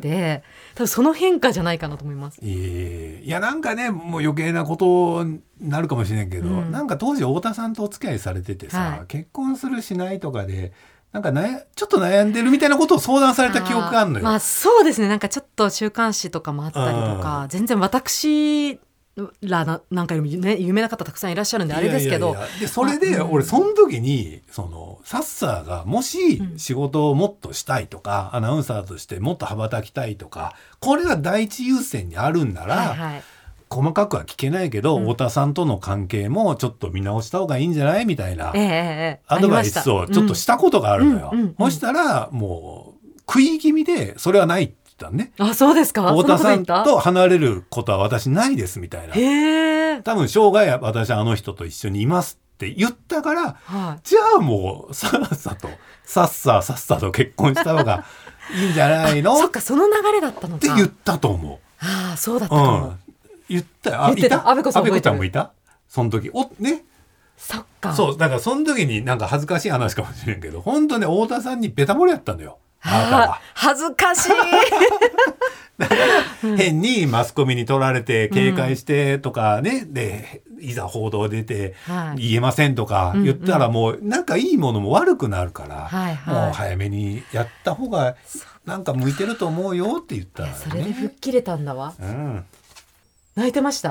多分その変化じゃないかなと思います。 いやなんかね、もう余計なことになるかもしれんけど、なんか当時太田さんとお付き合いされててさ、結婚するしないとかでなんかちょっと悩んでるみたいなことを相談された記憶があるのよ。 まあそうですね、なんかちょっと週刊誌とかもあったりとか、全然私らなんかよりね有名な方たくさんいらっしゃるんであれですけど、 でそれで俺その時にサッサーがもし仕事をもっとしたいとか、アナウンサーとしてもっと羽ばたきたいとか、これが第一優先にあるんなら、細かくは聞けないけど、太田さんとの関係もちょっと見直した方がいいんじゃないみたいなアドバイスをちょっとしたことがあるのよ。そしたらもう食い気味でそれはないって言ったね。 あ、そうですか。 太田さんと離れることは私ないですみたいな。多分生涯私あの人と一緒にいますって言ったから、じゃあもうさっさと結婚した方がいいんじゃないのそっか、その流れだったのかって言ったと思う。 ああ、そうだったかも。 言ったよ。いた？安倍子ちゃんもいた？その時。ね。 そっか。 そう、だからその時になんか恥ずかしい話かもしれんけど、本当ね、太田さんにベタ漏れやったのよ。あなたは。 恥ずかしい。 だから変にマスコミに取られて警戒してとかね、でいざ報道出て言えませんとか言ったらもうなんかいいものも悪くなるから、もう早めにやった方がなんか向いてると思うよって言ったら、ね、 それで吹っ切れたんだわ、泣いてました。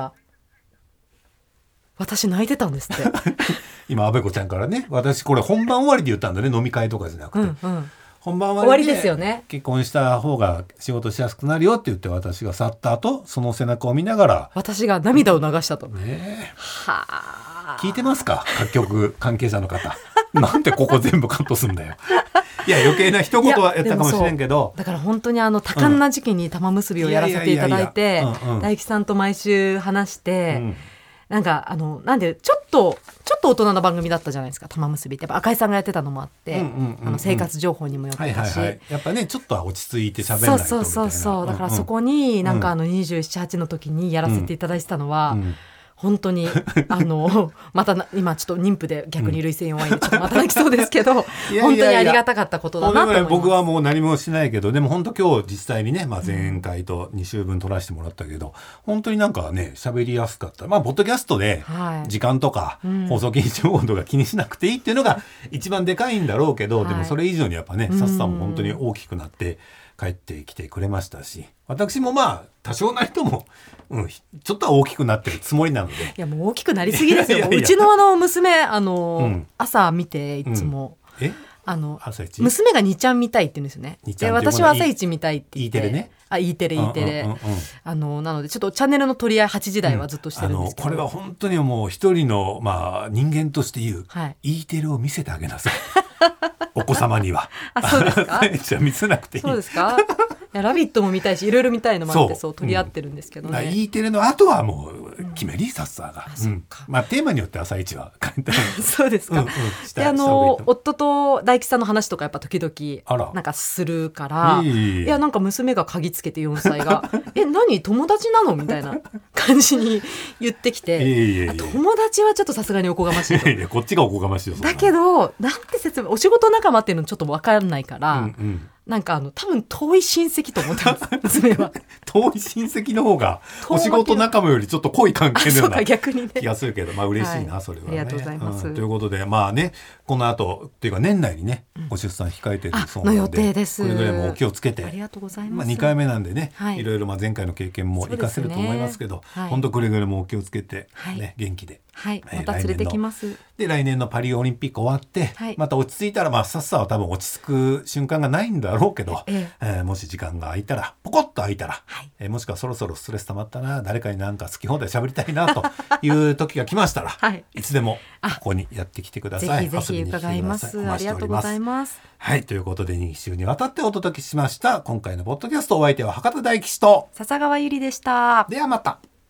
私泣いてたんですって今安倍子ちゃんからね、私これ本番終わりで言ったんだね、飲み会とかじゃなくて、本番終わりで結婚した方が仕事しやすくなるよって言って私が去った後、その背中を見ながら私が涙を流したと、 聞いてますか各局関係者の方なんでここ全部カットすんだよいや余計な一言はやったかもしれんけど、 だから本当に多感な時期に玉結びをやらせていただいて、大吉さんと毎週話して、なんかなんでちょっと大人な番組だったじゃないですか、玉結びって。やっぱ赤井さんがやってたのもあって、生活情報にもよってたし、 やっぱねちょっとは落ち着いて喋らないとみたいな。 そうだからそこになんか27、8の時にやらせていただいてたのは、本当にまた今ちょっと妊婦で逆に涙腺弱いんでちょっとまた泣きそうですけど本当にありがたかったことだなと思います。 僕はもう何もしないけど、でも本当今日実際にね、前回と2週分撮らせてもらったけど、本当になんかね喋りやすかった。ポッドキャストで時間とか放送禁止用語とか気にしなくていいっていうのが一番でかいんだろうけど、でもそれ以上にやっぱね、サッさんも本当に大きくなって帰ってきてくれましたし、私も多少なりとも、ちょっとは大きくなってるつもりなので。いやもう大きくなりすぎですようちの娘朝見ていつも、朝一娘が2ちゃん見たいって言うんですよね。で私は朝一見たいって言って、 E テレね、E テレなのでちょっとチャンネルの取り合い8時台はずっとしてるんですけど、 これは本当にもう一人の、人間として言う、E テレを見せてあげなさいお子様には。 そうですかじゃ見せなくていい。 そうですかいやラビットも見たいしいろいろ見たいのもあって、そう取り合ってるんですけどね。 E テレの後はもう決めりサッサーが、テーマによって朝一はそうですか、で夫と大吉さんの話とかやっぱ時々なんかするから、いやなんか娘が鍵つけて4歳が何友達なのみたいな感じに言ってきて、友達はちょっとさすがにおこがましいといやこっちがおこがましいよ。 だけどなんて説明、お仕事仲間っていうのちょっと分かんないから、なんか多分遠い親戚と思ってます娘は遠い親戚の方がお仕事仲間よりちょっと濃い関係のような気がするけど、嬉しいな、それはね。 ありがとうございます、 ということでこの後っていうか年内にね、ご出産控えてるそうなので、 の予定です。 くれぐれもお気をつけて。 ありがとうございます。 2回目なんでね、いろいろ前回の経験も活かせると思いますけど、本当くれぐれもお気をつけて、元気で、 また連れてきます。 で来年のパリオリンピック終わって、また落ち着いたらさっさは多分落ち着く瞬間がないんだろうけど、もし時間が空いたらポコッと空いたら、もしくはそろそろストレス溜まったな、誰かになんか好き放題喋りたいなという時が来ましたら、いつでもここにやってきてください。 ぜひぜひ伺います。ありがとうございます。 ということで2週にわたってお届けしました今回のポッドキャスト、お相手は博多大吉と笹川ゆりでした。 ではまた。